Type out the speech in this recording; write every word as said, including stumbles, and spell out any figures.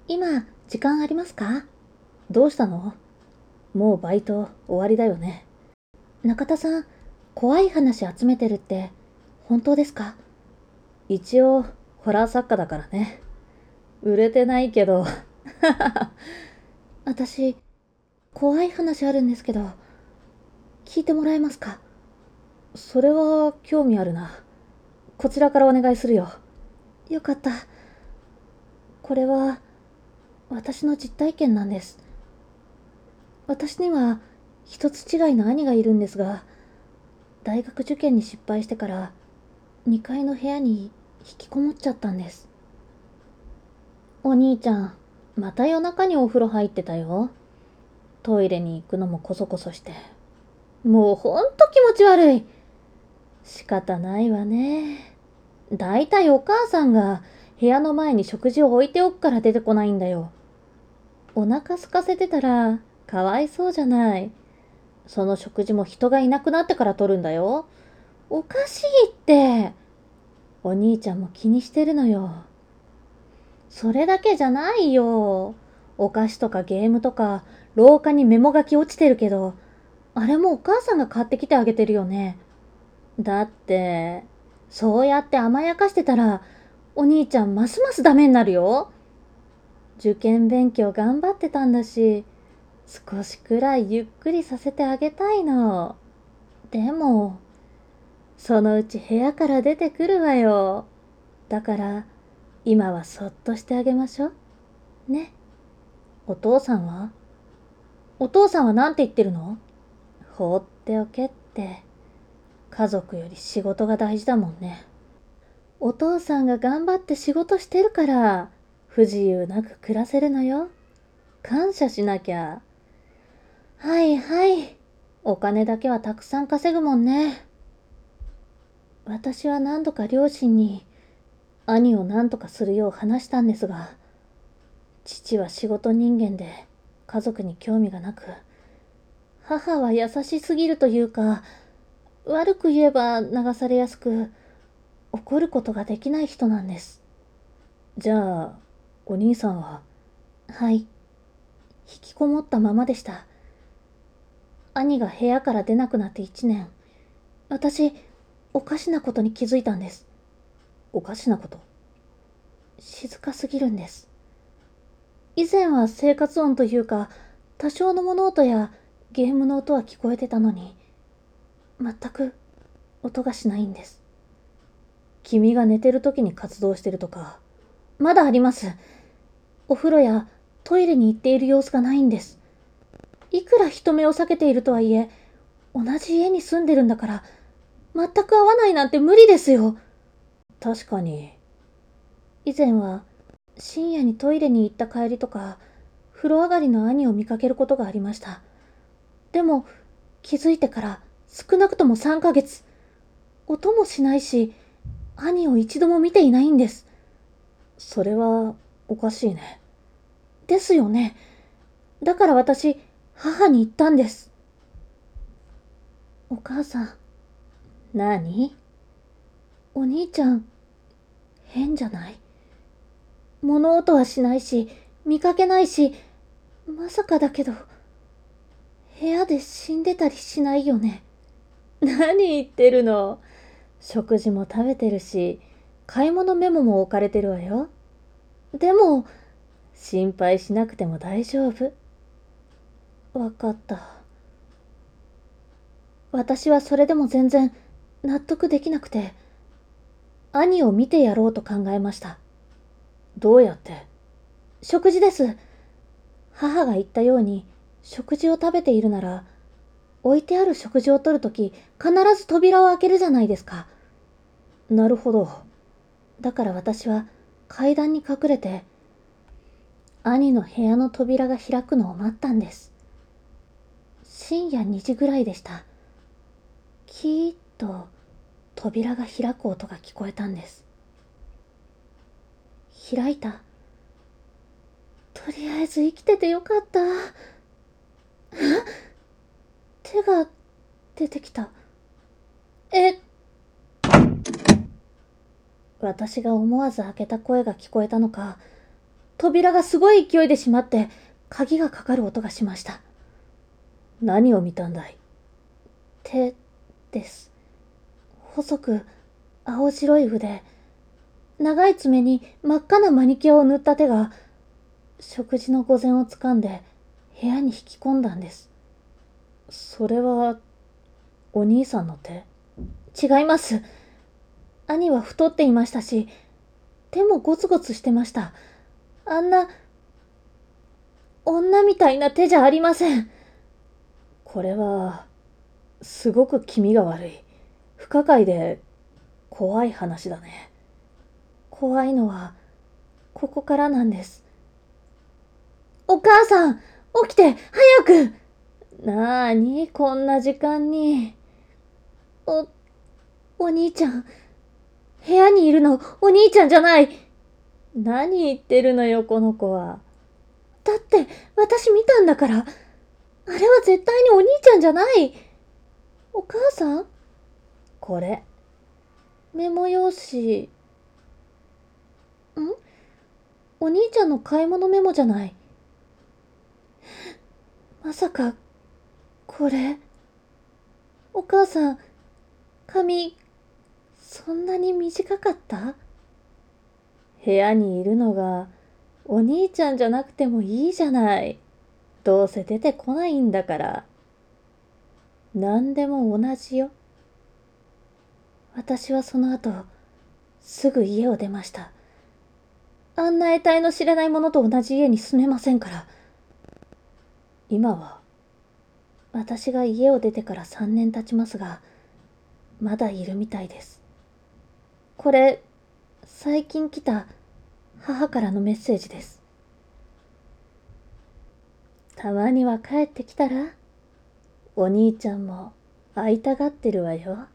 今、時間ありますか？どうしたの？もうバイト終わりだよね。中田さん、怖い話集めてるって、本当ですか？一応、ホラー作家だからね。売れてないけど。私、怖い話あるんですけど、聞いてもらえますか？それは興味あるな。こちらからお願いするよ。よかった。これは、私の実体験なんです。私には、一つ違いの兄がいるんですが、大学受験に失敗してからにかいの部屋に引きこもっちゃったんです。お兄ちゃん、また夜中にお風呂入ってたよ。トイレに行くのもこそこそして。もうほんと気持ち悪い。仕方ないわね。だいたいお母さんが部屋の前に食事を置いておくから出てこないんだよ。お腹空かせてたらかわいそうじゃない。その食事も人がいなくなってから取るんだよ。おかしいって。お兄ちゃんも気にしてるのよ。それだけじゃないよ。お菓子とかゲームとか、廊下にメモ書き落ちてるけど、あれもお母さんが買ってきてあげてるよね。だって、そうやって甘やかしてたら、お兄ちゃんますますダメになるよ。受験勉強頑張ってたんだし、少しくらいゆっくりさせてあげたいの。でも、そのうち部屋から出てくるわよ。だから、今はそっとしてあげましょう。ね。お父さんはお父さんはなんて言ってるの？放っておけって。家族より仕事が大事だもんね。お父さんが頑張って仕事してるから、不自由なく暮らせるのよ。感謝しなきゃ。はいはい。お金だけはたくさん稼ぐもんね。私は何度か両親に、兄を何とかするよう話したんですが、父は仕事人間で家族に興味がなく、母は優しすぎるというか、悪く言えば流されやすく、怒ることができない人なんです。じゃあ、お兄さんは？はい。引きこもったままでした。兄が部屋から出なくなって一年。私、おかしなことに気づいたんです。おかしなこと？静かすぎるんです。以前は生活音というか、多少の物音やゲームの音は聞こえてたのに、全く音がしないんです。君が寝てる時に活動してるとか？まだあります。お風呂やトイレに行っている様子がないんです。いくら人目を避けているとはいえ、同じ家に住んでるんだから、全く会わないなんて無理ですよ。確かに。以前は深夜にトイレに行った帰りとか、風呂上がりの兄を見かけることがありました。でも気づいてから少なくともさんかげつ、音もしないし、兄を一度も見ていないんです。それはおかしいね。ですよね。だから私、母に言ったんです。お母さん。何？お兄ちゃん、変じゃない？物音はしないし、見かけないし、まさかだけど、部屋で死んでたりしないよね。何言ってるの？食事も食べてるし、買い物メモも置かれてるわよ。でも、心配しなくても大丈夫。わかった。私はそれでも全然納得できなくて、兄を見てやろうと考えました。どうやって？食事です。母が言ったように、食事を食べているなら、置いてある食事を取るとき、必ず扉を開けるじゃないですか。なるほど。だから私は階段に隠れて、兄の部屋の扉が開くのを待ったんです。深夜にじぐらいでした。キーッと扉が開く音が聞こえたんです。開いた。とりあえず生きててよかった。手が出てきた。え、私が思わず開けた声が聞こえたのか、 扉がすごい勢いで閉まって、鍵がかかる音がしました。何を見たんだい？手です。細く青白い筆、長い爪に真っ赤なマニキュアを塗った手が、食事の御膳をつかんで部屋に引き込んだんです。それは、お兄さんの手？違います。兄は太っていましたし、手もゴツゴツしてました。あんな、女みたいな手じゃありません。これは、すごく気味が悪い。不可解で怖い話だね。怖いのは、ここからなんです。お母さん、起きて、早く！なーに、こんな時間に。お、お兄ちゃん。部屋にいるの、お兄ちゃんじゃない。何言ってるのよ、この子は。だって、私見たんだから。あれは絶対にお兄ちゃんじゃない。お母さん？これ。メモ用紙。ん？お兄ちゃんの買い物メモじゃない。まさか、これ。お母さん、髪、そんなに短かった？部屋にいるのが、お兄ちゃんじゃなくてもいいじゃない。どうせ出てこないんだから。何でも同じよ。私はその後、すぐ家を出ました。あんな得体の知れないものと同じ家に住めませんから。今は、私が家を出てからさんねん経ちますが、まだいるみたいです。これ、最近来た母からのメッセージです。たまには帰ってきたら、お兄ちゃんも会いたがってるわよ。